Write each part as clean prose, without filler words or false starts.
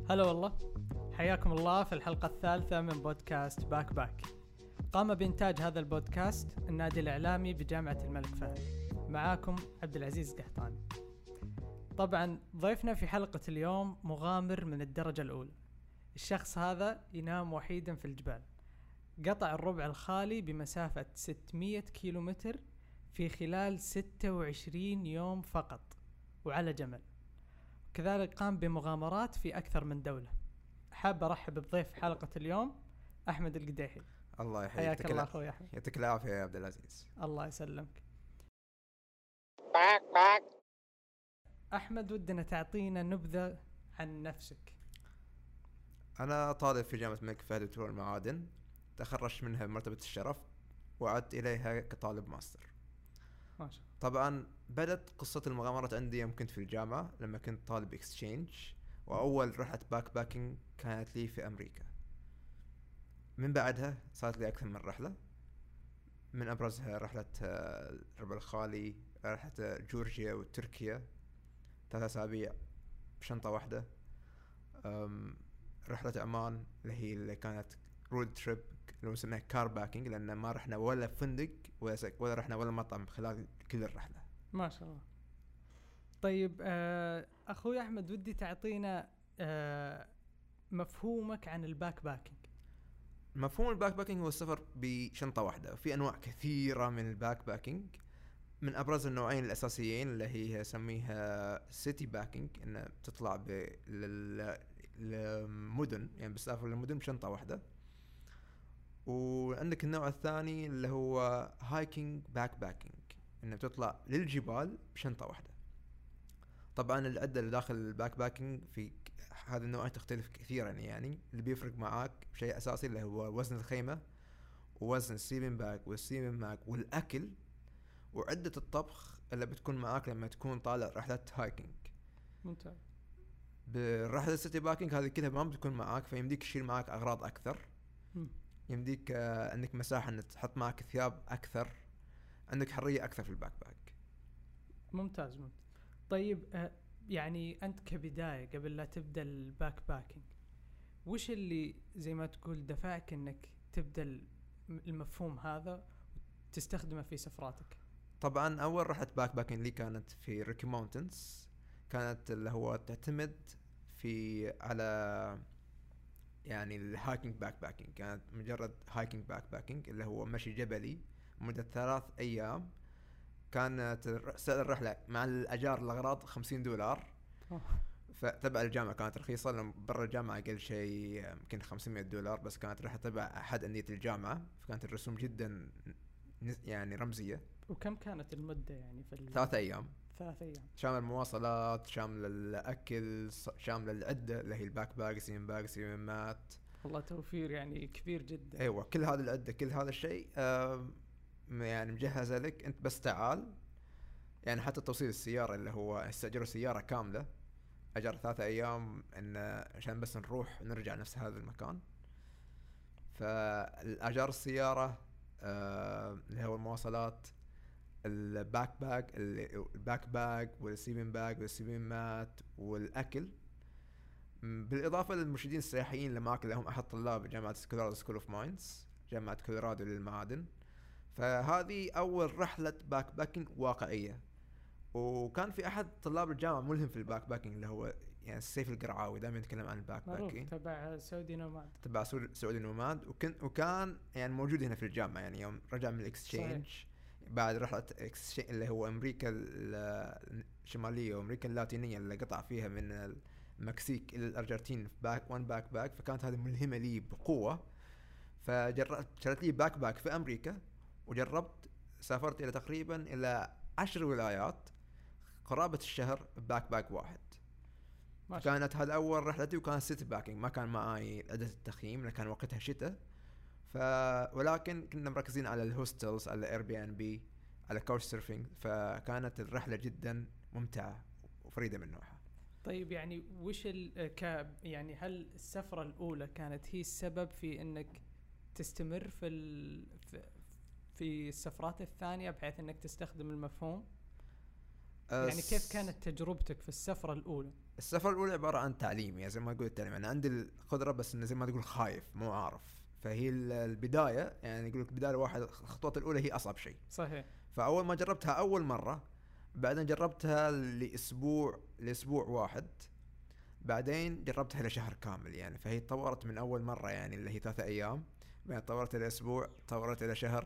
هلا والله، حياكم الله في الحلقة الثالثة من بودكاست باك باك. قام بإنتاج هذا البودكاست النادي الإعلامي بجامعة الملك فهد. معاكم عبد العزيز قحطاني. طبعا ضيفنا في حلقة اليوم مغامر من الدرجة الأولى. الشخص هذا ينام وحيدا في الجبال، قطع الربع الخالي بمسافة 600 كيلومتر في خلال 26 يوم فقط، وعلى جمل. كذلك قام بمغامرات في أكثر من دولة. حاب أرحب بضيف حلقة اليوم أحمد القديحي. الله يحييك. حياك الله أخوي أحمد. يعطيك العافية يا عبد العزيز. الله يسلمك. أحمد، ودنا تعطينا نبذة عن نفسك. أنا طالب في جامعة الملك فهد بترول المعادن، تخرجت منها بمرتبة الشرف وعدت إليها كطالب ماستر. ما شاء الله. طبعا بدأت قصة المغامرات عندي يوم كنت في الجامعة لما كنت طالب اكسشينج، وأول رحلة باك باكينج كانت لي في أمريكا. من بعدها صارت لي أكثر من رحلة، من أبرزها رحلة الربع الخالي، رحلة جورجيا وتركيا 3 أسابيع بشنطة واحدة، رحلة عمان اللي كانت رود تريب اللي نسميها كار باكينج، لأن ما رحنا ولا فندق ولا رحنا ولا مطعم خلال كل الرحلة. ما شاء الله. طيب أخوي أحمد، ودي تعطينا مفهومك عن الباك باكينج. مفهوم الباك باكينج هو السفر بشنطة واحدة. في أنواع كثيرة من الباك باكينج، من أبرز النوعين الأساسيين اللي هي سميها سيتي باكينج، إنه تطلع للمدن، يعني بتسافر للمدن بشنطة واحدة. وعندك النوع الثاني اللي هو هايكينج باك باكينج، إنه تطلع للجبال بشنطة واحدة. طبعا العدة اللي داخل الباك باكينج في هذا النوع تختلف كثيرا، يعني اللي بيفرق معاك بشيء أساسي اللي هو وزن الخيمة ووزن السليبنج باك والسليبنج باك والأكل وعدة الطبخ اللي بتكون معاك لما تكون طالع رحلة هايكينج. ممتاز. بالرحلة السيتي باكينج هذه كلها ما بتكون معاك، فيمديك تشيل معاك أغراض أكثر. يمديك عندك مساحة أن تحط معك ثياب أكثر، عندك حرية أكثر في الباك باك. ممتاز. طيب يعني أنت كبداية قبل لا تبدأ الباك باكينج، وش اللي زي ما تقول دفعك أنك تبدأ المفهوم هذا وتستخدمه في سفراتك؟ طبعا أول رحلة باك باكينج لي كانت في ريكي ماونتنز، كانت اللي هو تعتمد على يعني الهايكينج باك باكينج، كانت مجرد هايكينج باك باكينج اللي هو مشي جبلي مدة 3 أيام. كانت سعر الرحلة مع الأجار الأغراض $50. فتبع الجامعة كانت رخيصة، لأن برا الجامعة أقل شيء يمكن $500، بس كانت رحلة تبع أحد أندية الجامعة، فكانت الرسوم جدا يعني رمزية. وكم كانت المدة يعني في 3 أيام؟ 3 أيام شامل المواصلات، شامل الأكل، شامل العدة اللي هي الباك باك، سيم باك، سيم مات. والله توفير يعني كبير جدا. أيوة، كل هذا العدة، كل هذا الشيء يعني مجهزة لك أنت، بس تعال. يعني حتى توصيل السيارة اللي هو استأجروا سيارة كاملة، أجر 3 أيام إن عشان بس نروح ونرجع نفس هذا المكان. فالأجار السيارة اللي هو المواصلات، الباك باك والسيبين باك والسيبين مات والأكل، بالإضافة للمرشدين السياحيين اللي معك اللي هم أحد طلاب جامعة كولورادو سكول اوف ماينز، جامعة كولورادو للمعادن. فهذه أول رحلة باك باكينج واقعية. وكان في أحد طلاب الجامعة ملهم في الباك باكينج اللي هو يعني سيف القرعاوي، دائما يتكلم عن الباك باكينج، تبع سعودي نوماد. تبع سعودي نوماد، وكان يعني موجود هنا في الجامعة. يعني يوم رجع من الاكسشينج بعد رحلة اكسشينج اللي هو أمريكا الشمالية وأمريكا اللاتينية اللي قطع فيها من المكسيك إلى الأرجنتين في باك باك، فكانت هذه ملهمة لي بقوة. شريت لي باك باك في أمريكا، وجربت سافرت إلى تقريبا إلى 10 ولايات قرابة الشهر باك باك واحد. كانت هذا أول رحلتي، وكانت سيتي باكينج، ما كان معي أداة التخييم لأن كان وقتها شتاء. ولكن كنا مركزين على الهوستلز، على اير بي ان بي، على كاوتش سيرفينج، فكانت الرحلة جدا ممتعة وفريدة من نوعها. طيب يعني وش يعني هل السفرة الأولى كانت هي السبب في إنك تستمر في السفرات الثانية بحيث إنك تستخدم المفهوم؟ يعني كيف كانت تجربتك في السفرة الأولى؟ السفرة الأولى عبارة عن تعليم، يعني زي ما قلت التعليم، أنا عندي القدرة بس إنه زي ما تقول خايف مو عارف. فهي البداية، يعني يقول لك بداية واحد الخطوات الأولى هي أصعب شيء. صحيح. فأول ما جربتها أول مرة، بعدين جربتها لأسبوع واحد، بعدين جربتها لشهر كامل يعني. فهي تطورت من أول مرة يعني اللي هي 3 أيام، بعدين تطورت إلى أسبوع، تطورت إلى شهر.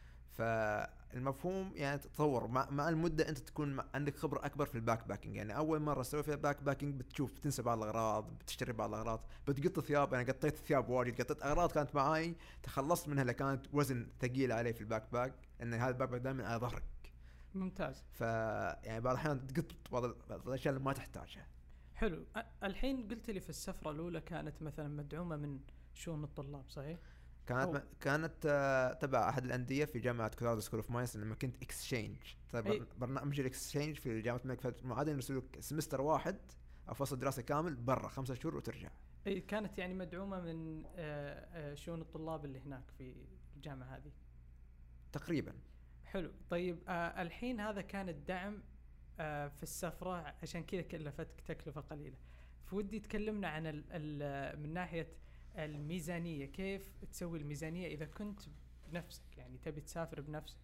فالمفهوم يعني تطور مع المدة. أنت تكون عندك خبرة أكبر في الباك باكينج. يعني أول مرة تسوي فيها باك باكينج بتنسى بعض الأغراض، بتشتري بعض الأغراض، بتقط ثياب. أنا قطيت ثياب واجد، قطيت أغراض كانت معاي تخلصت منها اللي كانت وزن ثقيل علي في الباك باك، إن هذا الباك باك دائما على ظهرك. ممتاز. يعني بعض الأحيان تقط بعض الأشياء اللي ما تحتاجها. حلو. الحين قلت لي في السفرة الأولى كانت مثلا مدعومة من شؤون الطلاب، صحيح؟ كانت تبع احد الانديه في جامعه كولورادو سكول اوف ماينز، لما كنت اكسشينج. برنامج الاكسشينج في جامعه الملك فهد معادن، يرسلوك سمستر واحد او فصل دراسه كامل برا 5 شهور وترجع. اي كانت يعني مدعومه من شؤون الطلاب اللي هناك في الجامعه هذه تقريبا. حلو. طيب الحين هذا كان الدعم في السفره، عشان كذا كلفتك تكلفه قليله. فودي تكلمنا عن من ناحيه الميزانية، كيف تسوي الميزانية إذا كنت بنفسك، يعني تبي تسافر بنفسك؟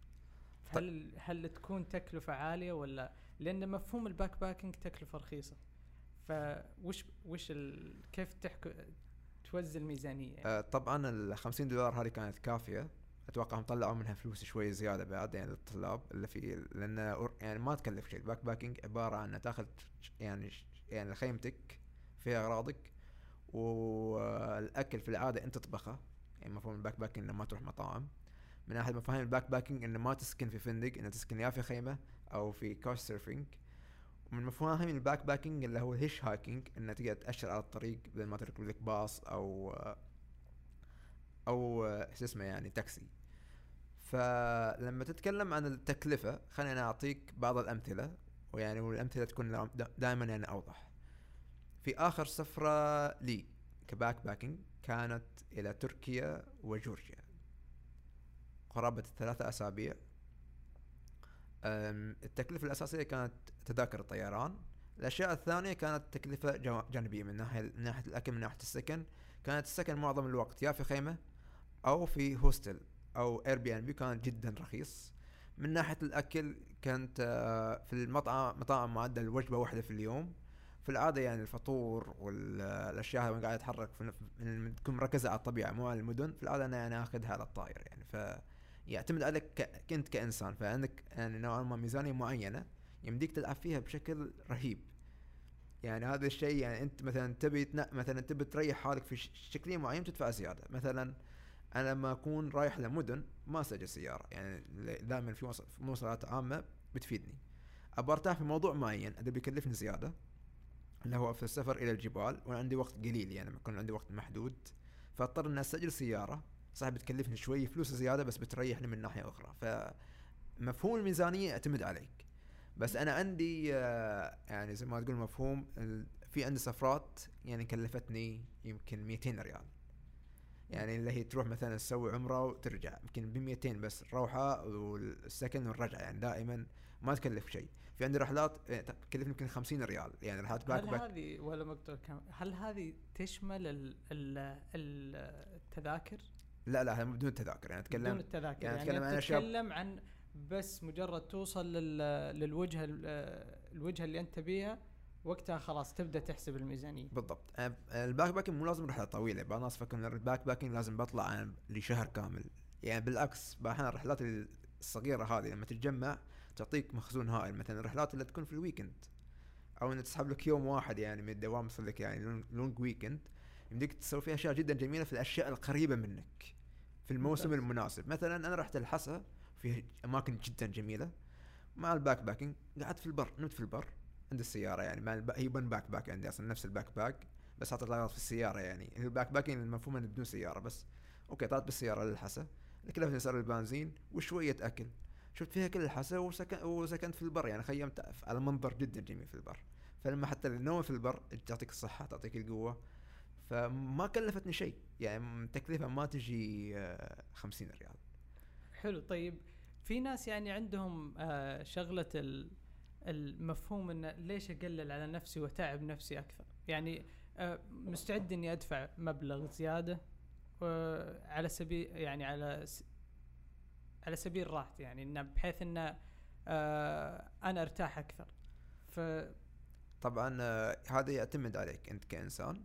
هل تكون تكلفة عالية ولا؟ لأن مفهوم الباك باكينج تكلفة رخيصة، فوش كيف توزع الميزانية يعني؟ طبعا $50 هذه كانت كافية. أتوقع هم طلعوا منها فلوس شوي زيادة بعد يعني للطلاب اللي في، لأن يعني ما تكلف شيء. الباك باكينج عبارة عن تاخذ يعني خيمتك فيها أغراضك، والاكل في العاده انت تطبخه. يعني مفهوم الباك باكينج انه ما تروح مطاعم. من احد مفاهيم الباك باكينج انه ما تسكن في فندق، انه تسكن يا في خيمه او في كاوش سيرفينج. ومن مفاهيم الباك باكينج اللي هو الهيش هايكينج، انه تقدر تاشر على الطريق بدل ما تركب لك باص او اسمه يعني تاكسي. فلما تتكلم عن التكلفه خلينا اعطيك بعض الامثله، ويعني والامثله تكون دائما يعني اوضح. في آخر سفرة لي كباك باكينج كانت إلى تركيا وجورجيا، قرابة 3 أسابيع. التكلفة الأساسية كانت تذاكر الطيران. الأشياء الثانية كانت تكلفة جانبية من ناحية الأكل، من ناحية السكن. كانت السكن معظم الوقت يا في خيمة أو في هوستل أو اير بي ان بي، كانت جدا رخيص. من ناحية الأكل كانت في مطاعم معدل وجبة واحدة في اليوم في العادة. يعني الفطور والأشياء اللي قاعد يتحرك تكون مركزة على الطبيعة مو على المدن. في العادة أنا يعني أخذها على الطائر يعني. فيعتمد عليك كنت كإنسان، فعندك يعني نوعا ما ميزانية معينة يمديك تلعب فيها بشكل رهيب. يعني هذا الشيء، يعني أنت مثلا تبي تريح حالك في شكلية معين تدفع زيادة. مثلا أنا لما أكون رايح لمدن ما أسجل سيارة، يعني دائما في مواصلات عامة بتفيدني. أبى أرتاح في موضوع معين هذا بيكلفني زيادة، اللي هو في السفر إلى الجبال، وأنا عندي وقت قليل يعني بيكون عندي وقت محدود، فاضطر إني أسجل سيارة. صح بتكلفني شوي فلوس زيادة بس بتريحني من ناحية أخرى. فمفهوم الميزانية يعتمد عليك. بس أنا عندي يعني زي ما تقول مفهوم في عندي سفرات يعني كلفتني يمكن 200 ريال. يعني اللي هي تروح مثلا تسوي عمرة وترجع يمكن ب200 بس الروحة والسكن والرجعة، يعني دائما ما تكلف شيء. في عندي رحلات تكلفني يمكن 50 ريال، يعني رحلات باك باك. هل هذه ولا مقدور كم؟ هل هذه تشمل التذاكر؟ لا هي بدون التذاكر. يعني اتكلم بدون التذاكر، يعني تتكلم عن بس مجرد توصل للوجهة الوجهة اللي انت بيها، وقتها خلاص تبدأ تحسب الميزانية. بالضبط. الباك باكينج مو لازم رحلة طويلة. بعض الناس فكروا ان الباك باكينج لازم بطلع لشهر كامل. يعني بالعكس، احيانا الرحلات الصغيرة هذه لما تتجمع تعطيك مخزون هائل. مثلا الرحلات اللي تكون في الويكند، او ان تسحب لك يوم واحد يعني من الدوام، يصير لك يعني لونج ويكند، يمديك تسوي فيها اشياء جدا جميلة في الاشياء القريبة منك في الموسم المناسب. مثلا انا رحت الحسا، في اماكن جدا جميلة. مع الباك باكينج قعدت في البر، نمت في البر عند السيارة. يعني هي باك باك عندي اصلا نفس الباك باك، بس حاطط الاغراض في السيارة. يعني الباك باكينج المفهوم انه بدون سيارة بس. اوكي طلعت بالسيارة للحسا، كلفتني سعر البنزين وشوية اكل. شفت فيها كل الحسا وسكنت في البر. يعني خيمت على منظر جدا جميل في البر. فلما حتى النوم في البر تعطيك الصحة، تعطيك القوة. فما كلفتني شيء، يعني تكلفة ما تجي 50 ريال. حلو. طيب في ناس يعني عندهم شغلة المفهوم انه ليش اقلل على نفسي واتعب نفسي اكثر. يعني مستعد اني ادفع مبلغ زياده على سبيل يعني على سبيل راحتي، يعني انه بحيث انه انا ارتاح اكثر. طبعا هذا يعتمد عليك انت كإنسان.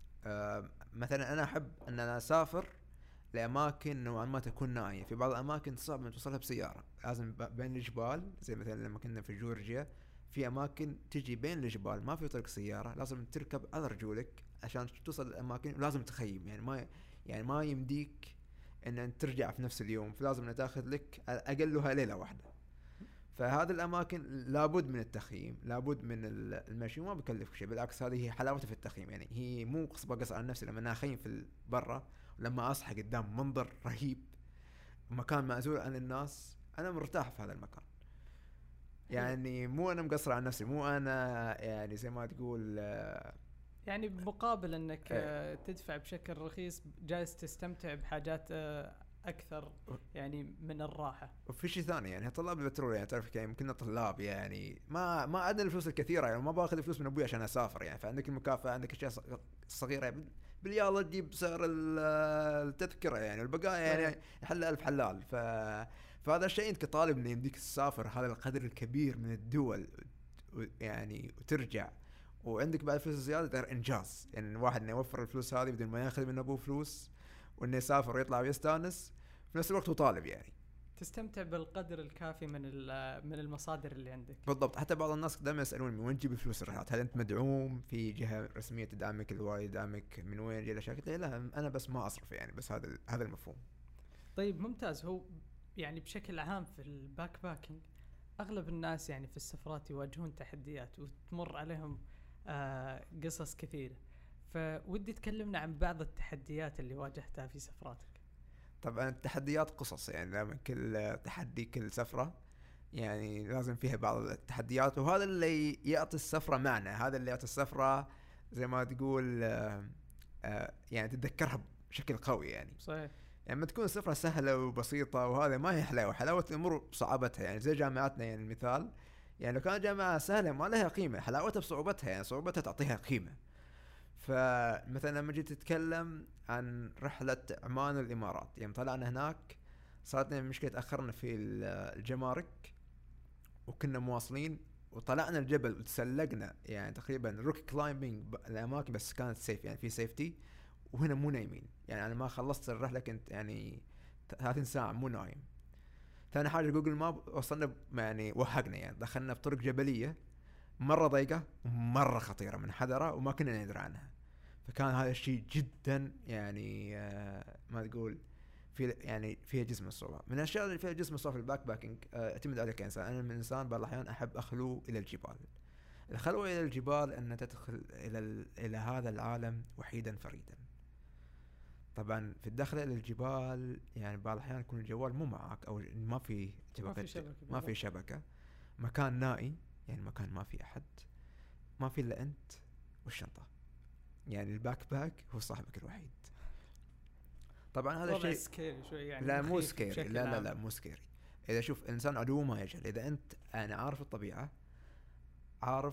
مثلا انا احب ان انا اسافر لاماكن نوعا ما تكون نائية. في بعض الاماكن صعب ان توصلها بسيارة، لازم بين الجبال، زي مثلا لما كنا في جورجيا في اماكن تجي بين الجبال ما في طريق سيارة، لازم تركب على رجولك عشان توصل الاماكن، ولازم تخيم. يعني ما يمديك ان انت ترجع في نفس اليوم، فلازم تاخذ لك اقلها ليلة واحدة. فهذه الاماكن لابد من التخييم، لابد من المشي، وما بكلفك شيء، بالعكس هذه هي حلاوتها في التخييم. يعني هي مو قصة على نفسي لما انا اخيم في برا، ولما اصحى قدام منظر رهيب، مكان معزول عن الناس، انا مرتاح في هذا المكان. يعني مو انا مقصر على نفسي، مو انا يعني زي ما تقول يعني بمقابل انك تدفع بشكل رخيص جالس تستمتع بحاجات اكثر يعني من الراحه. وفي شيء ثاني، يعني طلاب البترول، يعني تعرف يعني كنا طلاب، يعني ما عندنا الفلوس الكثيره، يعني ما باخذ الفلوس من ابوي عشان اسافر. يعني فعندك المكافاه، عندك اشياء صغيره، يعني باليلا تجيب سعر التذكره، يعني البقايا يعني يحل ألف حلال. فهذا الشيء انت كطالب ان يمديك تسافر هذا القدر الكبير من الدول يعني وترجع وعندك بعد فلوس زياده، ده انجاز. يعني الواحد انه يوفر الفلوس هذه بدون ما ياخذ من ابوه فلوس، وانه يسافر ويطلع ويستانس في نفس الوقت هو طالب، يعني تستمتع بالقدر الكافي من المصادر اللي عندك. بالضبط. حتى بعض الناس دائما يسالوني من وين تجيب فلوس الرحلات؟ هل انت مدعوم في جهه رسميه تدعمك، الوالد يدعمك، من وين جاي الاشياء؟ لا، انا بس ما اصرف، يعني بس هذا المفهوم. طيب ممتاز. هو يعني بشكل عام في الباك باكينج اغلب الناس يعني في السفرات يواجهون تحديات وتمر عليهم قصص كثيره، فودي تكلمنا عن بعض التحديات اللي واجهتها في سفراتك. طبعا التحديات قصص، يعني لما كل تحدي كل سفرة يعني لازم فيها بعض التحديات، وهذا اللي يعطي السفرة معنى، هذا اللي يعطي السفرة زي ما تقول يعني تتذكرها بشكل قوي. يعني صحيح. يعني لما تكون السفرة سهلة وبسيطة وهذا ما هي حلاوة الأمور بصعوبتها. يعني زي جامعاتنا، يعني المثال، يعني لو كانت جامعة سهلة ما لها قيمة، حلاوتها بصعوبتها، يعني صعوبتها تعطيها قيمة. فمثلا لما جيت تتكلم عن رحلة عمان والإمارات، يعني طلعنا هناك صارت لنا مشكلة، تأخرنا في الجمارك وكنا مواصلين، وطلعنا الجبل وتسلقنا يعني تقريبا روك كلايمبينج الأماكن، بس كانت سيف، يعني في سيفتي، وهنا مو نايمين. يعني أنا ما خلصت الرحلة كنت يعني 30 ساعة مو نايم. ثاني حاجة جوجل ماب وصلنا يعني وهقنا، يعني دخلنا بطرق جبلية مرة ضيقة ومرة خطيرة من حذرة وما كنا ندري عنها. فكان هذا الشيء جدا يعني ما تقول في يعني فيها جسم الصعوبة. من الاشياء اللي فيها جسم الصعوبة في الباك باكينج اعتمد عليك كإنسان. انا من انسان بعض الاحيان احب اخلو الى الجبال. الخلوة الى الجبال ان تدخل الى هذا العالم وحيدا فريدا. طبعا في الدخل الى الجبال يعني بعض الاحيان يكون الجوال مو معك، او ما في ما في شبكة، مكان نائي، يعني مكان ما في احد، ما في الا انت والشنطة. يعني الباك باك هو صاحبك الوحيد. طبعا هذا الشيء سكيري شوي، يعني لا مو سكيري، لا مو سكيري. اذا شوف الانسان عدو ما يجهل. اذا انت انا عارف الطبيعة، عارف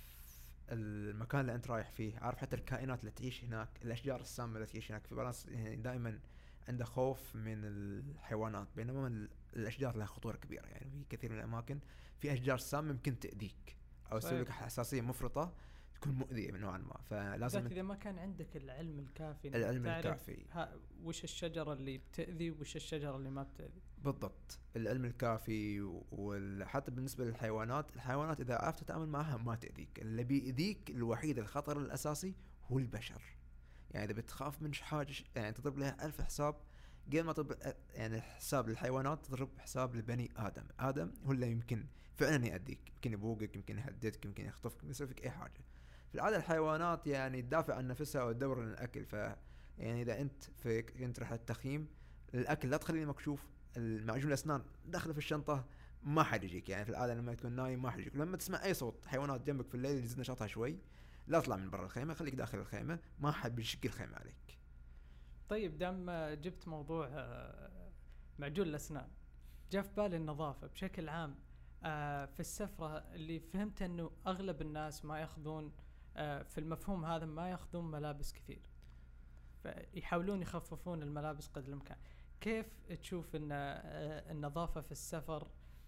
المكان اللي انت رايح فيه، عارف حتى الكائنات اللي تعيش هناك، الاشجار السامة اللي تعيش هناك. في بالانس يعني دائما عنده خوف من الحيوانات، بينما الاشجار لها خطورة كبيرة. يعني في كثير من الاماكن في اشجار سامة ممكن تأذيك او تسوي لك حساسية مفرطة تكون مؤذية نوعا ما. فلازم إذا ما كان عندك العلم الكافي، العلم الكافي وش الشجرة اللي بتأذي وش الشجرة اللي ما بتأذي بالضبط. العلم الكافي. وحتى بالنسبة للحيوانات، الحيوانات إذا عرفت تتعامل معها ما تأذيك. اللي بيأذيك الوحيد الخطر الأساسي هو البشر. يعني إذا بتخاف من حاجة يعني تضرب لها 1000 حساب قبل ما تضرب يعني حساب للحيوانات، تضرب حساب لبني آدم هو اللي يمكن فعلا يأذيك، يمكن يبوقك، يمكن يهددك، يمكن يخطفك، يمكن يسوي فيك أي حاجة. في العادة الحيوانات يعني تدافع عن نفسها وتدور للأكل. يعني إذا أنت كنت رحلة تخييم، الأكل لا تخليني مكشوف، المعجون الأسنان داخله في الشنطة، ما حد يجيك. يعني في العادة لما تكون نايم ما حد يجيك. لما تسمع أي صوت حيوانات جنبك في الليل يزيد نشاطها شوي، لا تطلع من برا الخيمة، خليك داخل الخيمة، ما حد بيشق الخيمة عليك. طيب دام جبت موضوع معجون الأسنان، جاء في بالي النظافة بشكل عام. في السفرة اللي فهمت انه اغلب الناس ما ياخذون في المفهوم هذا ما ياخذون ملابس كثير، فيحاولون يخففون الملابس قدر الامكان. كيف تشوف ان النظافة في السفر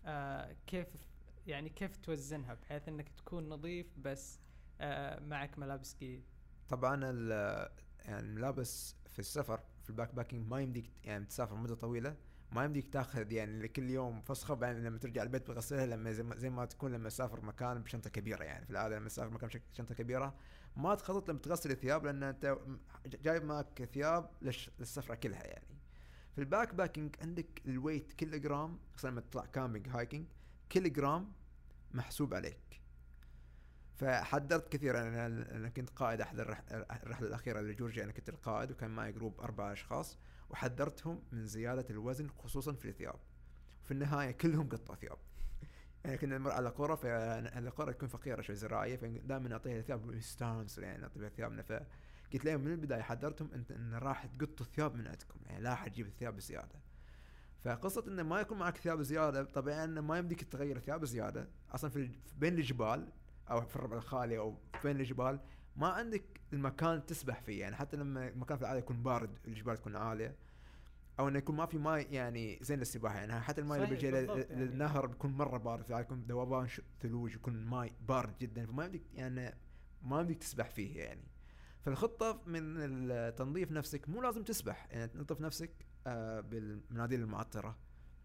كيف توزنها بحيث انك تكون نظيف بس معك ملابس جديد؟ طبعا يعني الملابس في السفر في الباك باكينج ما يمديك يعني تسافر مدة طويلة، ما يمديك تاخذ يعني لكل يوم فسخة بعدين لما ترجع البيت بغسلها، لما زي ما تكون لما تسافر مكان بشنطة كبيرة. يعني في العادة لما تسافر مكان شنطة كبيرة ما تخطط لما تغسل الثياب، لأن أنت جايب معك ثياب للسفرة كلها. يعني في الباك باكينج عندك الويت كيلوغرام، خصوصا لما تطلع كامبينج هايكينج كيلوغرام محسوب عليك. فحضرت كثير. أنا كنت قائد أحد الرحلة الأخيرة لجورجيا، أنا كنت القائد وكان معي جروب 4 أشخاص، وحذرتهم من زيادة الوزن خصوصا في الثياب. في النهاية كلهم قطعوا ثياب. يعني كنا نمر على قرى، فالقرى تكون فقيرة شوي زراعية، فدائما نعطيها ثياب مستانس، يعني نعطيها ثيابنا. فقلت لهم من البداية حذرتهم إن راح تقطوا الثياب من عندكم، يعني لا أحد يجيب الثياب بزيادة. فقصة إنه ما يكون معك ثياب زيادة، طبعا ما يمديك تغير ثياب زيادة أصلا بين الجبال أو في الربع الخالي أو بين الجبال ما عندك المكان تسبح فيه. يعني حتى لما المكان في العادة يكون بارد، الجبال تكون عالية، او انه يكون ما في ماء يعني زين للسباحه. يعني حتى الماء اللي بيجي للنهر بيكون مره بارد، في يكون ذوبان ثلوج، يكون ماء بارد جدا، فما يمديك يعني ما يمديك تسبح فيه. يعني فالخطه من التنظيف نفسك، مو لازم تسبح، يعني تنظف نفسك بالمناديل المعطره،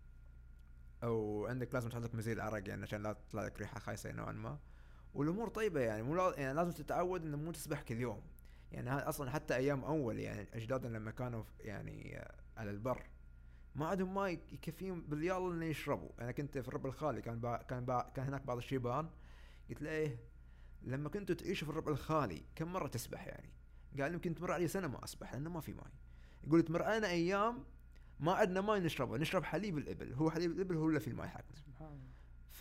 او عندك لازم تحط لك مزيل عرق يعني عشان لا تطلع لك ريحه خايسه نوعا ما، والامور طيبه. يعني يعني لازم تتعود انه مو تسبح كل يوم. يعني اصلا حتى ايام اول يعني اجدادنا لما كانوا يعني على البر ما عندهم ماء يكفيهم باليال انه يشربوا. انا كنت في الربع الخالي، كان هناك بعض الشيبان، قلت له لما كنتوا تعيشوا في الربع الخالي كم مره تسبح؟ يعني قال يمكن تمر علي سنه ما اسبح لانه ما في ماء. يقول تمر علينا ايام ما عندنا ماء نشرب حليب الابل، هو حليب الابل هو اللي في الماء حقنا. سبحان الله.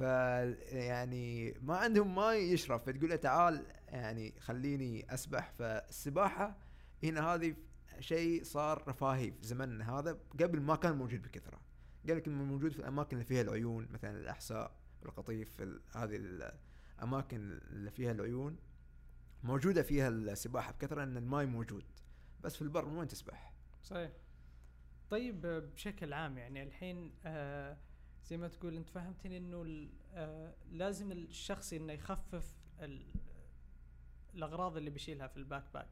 يعني ما عندهم ماء يشرب، فتقول له تعال يعني خليني اسبح. فالسباحه هنا هذه شيء صار رفاهي في زمننا هذا، قبل ما كان موجود بكثرة. قبل كان موجود في الأماكن اللي فيها العيون، مثلا الأحساء والقطيف، هذه الأماكن اللي فيها العيون موجودة فيها السباحة بكثرة، أن الماء موجود. بس في البر وين تسبح؟ صحيح. طيب بشكل عام يعني الحين زي ما تقول أنت فهمتني إنه لازم الشخص إنه يخفف الأغراض اللي بيشيلها في الباك باك.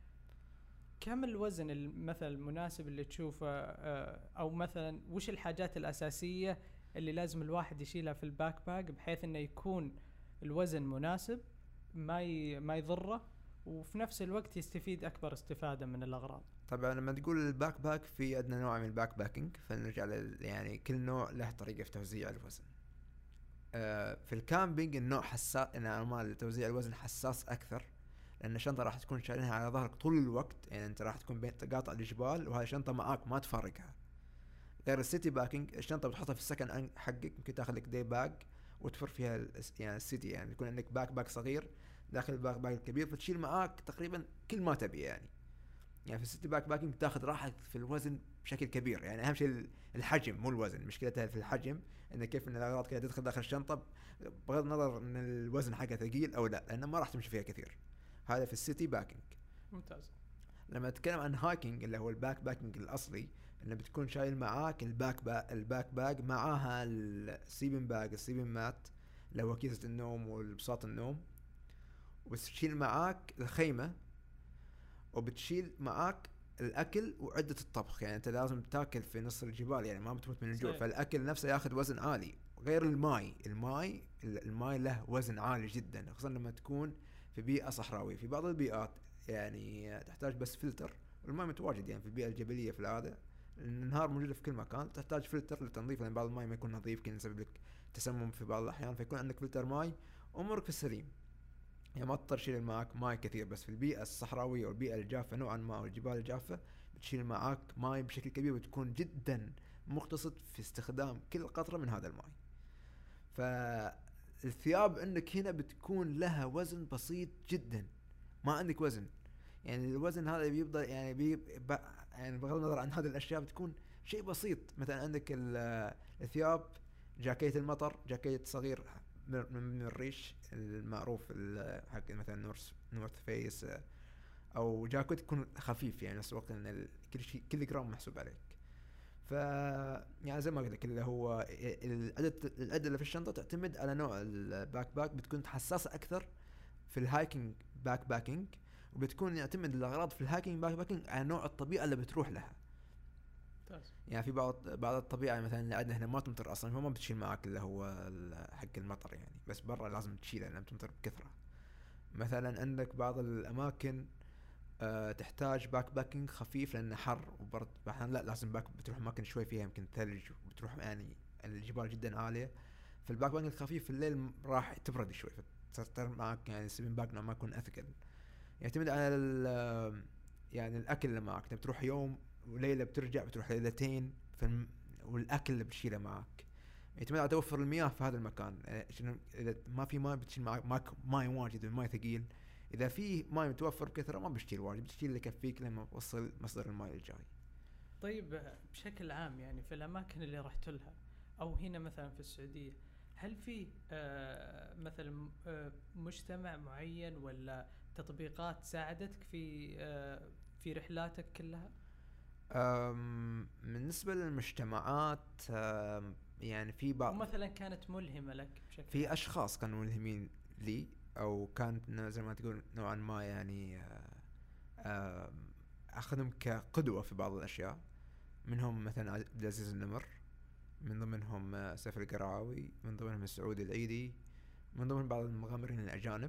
كم الوزن مثلا المناسب اللي تشوفه، او مثلا وش الحاجات الاساسيه اللي لازم الواحد يشيلها في الباك باك بحيث انه يكون الوزن مناسب، ما يضره، وفي نفس الوقت يستفيد اكبر استفاده من الاغراض؟ طبعا لما تقول الباك باك، في عندنا نوع من الباك باكينج، فنرجع يعني كل نوع له طريقه في توزيع الوزن. في الكامبينج النوع حساس، ان اعمال توزيع الوزن حساس اكثر، لأن الشنطة راح تكون شايلها على ظهرك طول الوقت. يعني أنت راح تكون قاطع الجبال وهاي الشنطة معاك ما تفارقها. غير السيتي باكينج، الشنطة بتحطها في السكن حقك، ممكن تاخذ لك دي باج وتفر فيها يعني السيتي، يعني يكون عندك باك صغير داخل الباك باك الكبير، فتشيل معاك تقريبا كل ما تبي. يعني في السيتي باكينج تاخذ راحتك في الوزن بشكل كبير. يعني أهم شيء الحجم مو الوزن، مشكلتها في الحجم، إن كيف إن الأغراض كده تدخل داخل الشنطة بغض النظر إن الوزن حقها ثقيل أو لا، لأنه ما راح تمشي فيها كثير. هذا في السيتي باكينج. ممتاز. لما نتكلم عن هايكينج اللي هو الباك باكينج الأصلي، إنه بتكون شايل معاك الباك باج معاها السيبن مات اللي هو كيسة النوم والبساط النوم، وبتشيل معاك الخيمة، وبتشيل معاك الأكل وعدة الطبخ. يعني أنت لازم تاكل في نص الجبال، يعني ما بتموت من الجوع. فالأكل نفسه ياخذ وزن عالي، غير الماء له وزن عالي جدا، خصوصا لما تكون في بيئة صحراوية. في بعض البيئات يعني تحتاج بس فلتر، والماء متواجد يعني في البيئة الجبلية في العادة، النهار موجودة في كل مكان، تحتاج فلتر للتنظيف، لأن بعض الماء ما يكون نظيف، كان يسبب لك تسمم في بعض الأحيان. فيكون عندك فلتر ماء أمورك في السليم، يعني ما تضطر تشيل معك ماء كثير. بس في البيئة الصحراوية والبيئة الجافة نوعا ما والجبال الجافة بتشيل معك ماء بشكل كبير، وتكون جدا مقتصد في استخدام كل قطرة من هذا الماء. فالثياب عندك هنا بتكون لها وزن بسيط جدا، ما عندك وزن. يعني الوزن هذا بيفضل يعني يعني بغض النظر عن هذه الأشياء بتكون شيء بسيط. مثلا عندك الثياب جاكيت المطر، جاكيت صغير من الريش المعروف حق مثلا نورث فيس، او جاكيت يكون خفيف يعني نفس الوقت ان كل شيء كل جرام محسوب عليك. ف يعني زي ما قلت لك اللي هو العدة اللي في الشنطة تعتمد على نوع الباك باك، بتكون حساسة أكثر في الهايكنج باك باكينج، وبتكون يعتمد الأغراض في الهايكنج باك باكينج على نوع الطبيعة اللي بتروح لها. يعني في بعض الطبيعة مثلا اللي عندنا هنا ما تمطر أصلا، فما بتشيل معك اللي هو حق المطر يعني، بس برا لازم تشيله لأنها بتمطر بكثرة. مثلا عندك بعض الأماكن تحتاج باك باكينج خفيف لأنه حر وبرد، فأحيانا لا لازم بتروح أماكن شوي فيها يمكن ثلج، وبتروح يعني الجبال جدا عالية، فالباك باكينج الخفيف في الليل راح تبرد شوي، فتصير معك يعني السليبنج باك ما يكون أثقل. يعتمد على يعني الأكل اللي معك، تبي تروح يوم وليلة بترجع، بتروح ليلتين، والأكل اللي بتشيله معك يعتمد على توفر المياه في هذا المكان. إذا ما في ماء بتشيل معك ماء واجد، الماء ثقيل. إذا في ماء متوفر بكثرة ما بتشيل واجد، بتشيل اللي يكفيك لما توصل مصدر الماء الجاي. طيب بشكل عام يعني في الأماكن اللي رحت لها أو هنا مثلا في السعودية، هل في مثلا مجتمع معين ولا تطبيقات ساعدتك في رحلاتك كلها؟ بالنسبة للمجتمعات يعني في بعض مثلا كانت ملهمة لك بشكل في أشخاص كانوا ملهمين لي، أو كانت زي ما تقول نوعا ما يعني أخذهم كقدوة في بعض الأشياء. منهم مثلا عبد العزيز النمر، من ضمنهم سيف القرعاوي، من ضمنهم السعودي العيدي، من ضمن بعض المغامرين الأجانب.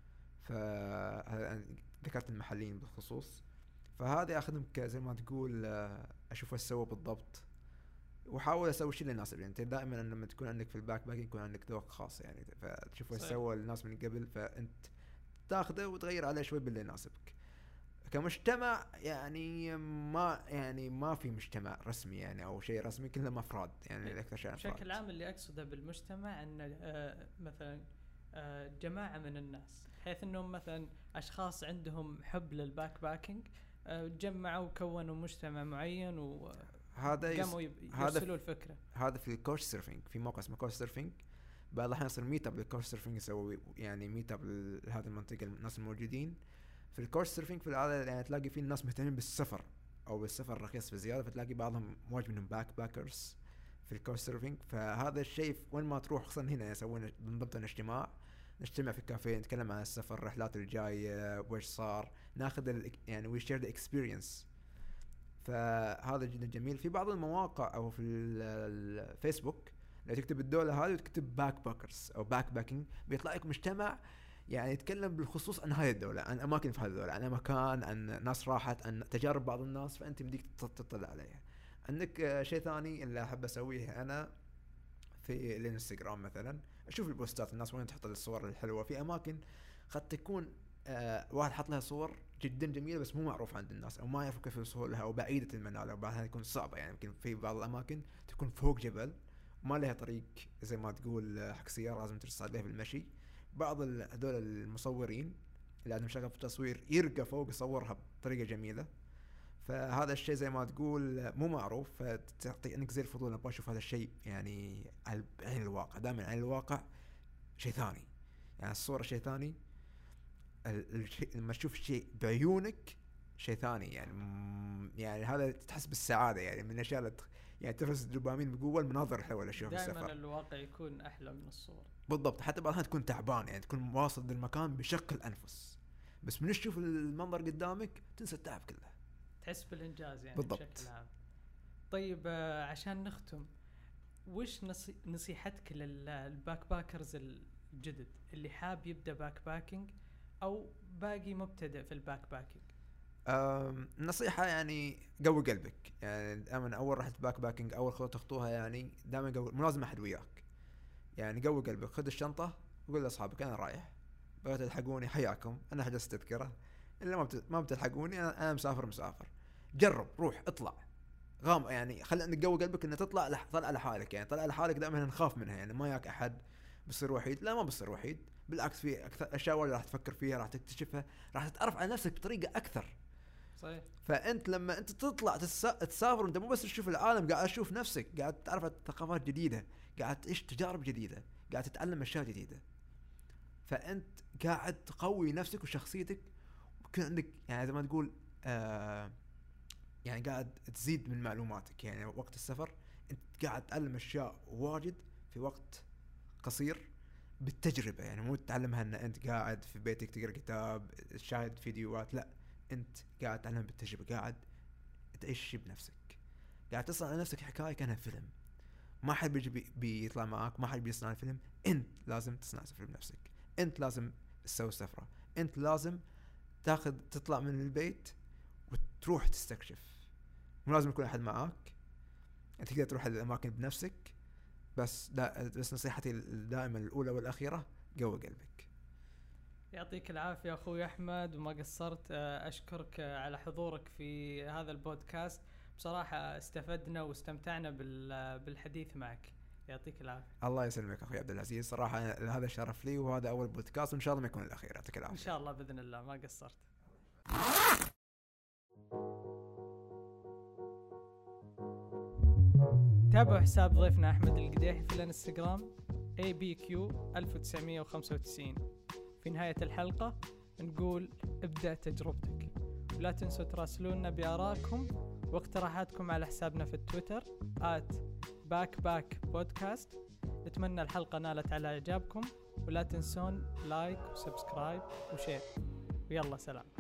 ذكرت المحليين بالخصوص، فهذا أخذهم زي ما تقول أشوف وش سووا بالضبط، وحاول أسوي شيء للناس. يعني أنت دائما لما تكون عندك في الباك باكينج يكون عندك ذوق خاص يعني، فتشوف وش سووا الناس من قبل، فأنت تاخذه وتغير عليه شوي باللي يناسبك. كمجتمع يعني ما في مجتمع رسمي يعني او شيء رسمي، كلهم افراد يعني الاكثر شيء افراد. بشكل عام اللي اقصده بالمجتمع ان مثلا جماعه من الناس، بحيث انهم مثلا اشخاص عندهم حب للباك باكينج تجمعوا وكونوا مجتمع معين وقاموا يرسلوا الفكره. هذا في الكوش سيرفينج، في موقع اسمه كوش سيرفينج، بعض الاحيان يصير ميت اب للكوش سيرفينج، يسوي يعني ميت اب لهذه المنطقه الناس الموجودين في الكورس سيرفينج. في العادة يعني تلاقي في الناس مهتمين بالسفر او بالسفر الرخيص بزياده، فتلاقي بعضهم واجد منهم باك باكرز في الكورس سيرفينج. فهذا الشيء وين ما تروح، خصوصا هنا يسوون ضمن اجتماع، نجتمع في كافيه نتكلم عن السفر، الرحلات الجايه، وش صار، ناخذ يعني وي شير ذا اكسبيرينس. فهذا جدا جميل. في بعض المواقع او في الفيسبوك لو تكتب الدولة هذه وتكتب باك باكرز او باك باكينج، بيطلع لك مجتمع يعني يتكلم بالخصوص عن هاي الدولة، عن أماكن في هذه الدولة، عن مكان، عن ناس راحت، عن تجارب بعض الناس، فأنت بديك تطلع عليها. عندك شيء ثاني اللي أحب أسويه أنا في الانستغرام، مثلا أشوف البوستات الناس وين تحط الصور الحلوة في أماكن قد تكون واحد حط لها صور جدا جميلة بس مو معروف عند الناس، أو ما يعرفوا كيف يوصلوا لها، أو بعيدة المنال، أو بعدها تكون صعبة. يعني يمكن في بعض الأماكن تكون فوق جبل وما لها طريق زي ما تقول حق سيارة لازم ترسل عليها بالمشي. بعض هذول المصورين اللي عندهم شغف في التصوير يرقى فوق يصورها بطريقة جميلة، فهذا الشيء زي ما تقول مو معروف، فتعطي انك زي الفضول ابغى اشوف هذا الشيء يعني عين الواقع. دائما عين الواقع شيء ثاني، يعني الصورة شيء ثاني، الشيء لما تشوف الشيء بعيونك شيء ثاني. يعني هذا تحس بالسعادة، يعني من الاشياء اللي يعني تفرز الدوبامين بقوة، المناظر الحلوة اللي اشوفها في السفر. دائما الواقع يكون احلى من الصور. بالضبط، حتى بعضها تكون تعبان يعني تكون واصل للمكان بشق الأنفس، بس من تشوف المنظر قدامك تنسى التعب كله، تحس بالإنجاز يعني. بالضبط. بشكل عام. طيب عشان نختم، وش نصيحتك للباك باكرز الجدد اللي حاب يبدأ باك باكينج أو باقي مبتدئ في الباك باكينج؟ نصيحة يعني قوي قلبك. يعني دائما أول رحلة باك باكينج أول خطوة تخطوها يعني دائما قوي، مو لازم أحد وياك، يعني قوي قلبك، خذ الشنطة وقول لأصحابك أنا رايح، بغيت تلحقوني حياكم، أنا حجزت تذكرة، إلا ما بتلحقوني أنا مسافر. جرب، روح، اطلع، غام يعني خلي عندك قوي قلبك إن تطلع، طلع لحالك. يعني طلع لحالك دائما نخاف منها، يعني ما ياك أحد، بصير وحيد. لا، ما بصير وحيد، بالعكس في أكثر أشياء وايد راح تفكر فيها، راح تكتشفها، راح تتعرف على نفسك بطريقة أكثر. صحيح. فأنت لما أنت تطلع تسافر، أنت مو بس تشوف العالم، قاعد تشوف نفسك، قاعد تعرف ثقافات جديدة، قاعد تعيش تجارب جديدة، قاعد تتعلم أشياء جديدة، فأنت قاعد تقوي نفسك وشخصيتك، ويكون عندك يعني زي ما تقول يعني قاعد تزيد من معلوماتك. يعني وقت السفر أنت قاعد تتعلم أشياء واجد في وقت قصير بالتجربة، يعني مو تتعلمها أن أنت قاعد في بيتك تقرأ كتاب تشاهد فيديوهات، لا أنت قاعد تتعلم بالتجربة، قاعد تعيش بنفسك، قاعد تصنع لنفسك حكاية كأنها فيلم. ما حد بيجي بيطلع معاك، ما حد بيصنع الفيلم، انت لازم تصنع الفيلم بنفسك، انت لازم تسوي السفرة، انت لازم تطلع من البيت وتروح تستكشف. مو لازم يكون احد معاك، انت تقدر تروح الاماكن بنفسك. بس نصيحتي دائما الاولى والاخيرة، قوي قلبك. يعطيك العافية أخوي أحمد، وما قصرت. أشكرك على حضورك في هذا البودكاست، بصراحة استفدنا واستمتعنا بالحديث معك. يعطيك العافية. الله يسلمك أخوي عبد العزيز، صراحة هذا شرف لي، وهذا أول بودكاست، وإن شاء الله ما يكون الأخير. يعطيك العافية. إن شاء الله بإذن الله، ما قصرت. تابعوا حساب ضيفنا أحمد القديحي في الانستغرام ABQ1995. في نهاية الحلقة نقول ابدأ تجربتك، ولا تنسوا تراسلونا بآرائكم واقتراحاتكم على حسابنا في التويتر @backbackpodcast. نتمنى الحلقة نالت على إعجابكم، ولا تنسون لايك وسبسكرايب وشير، ويلا سلام.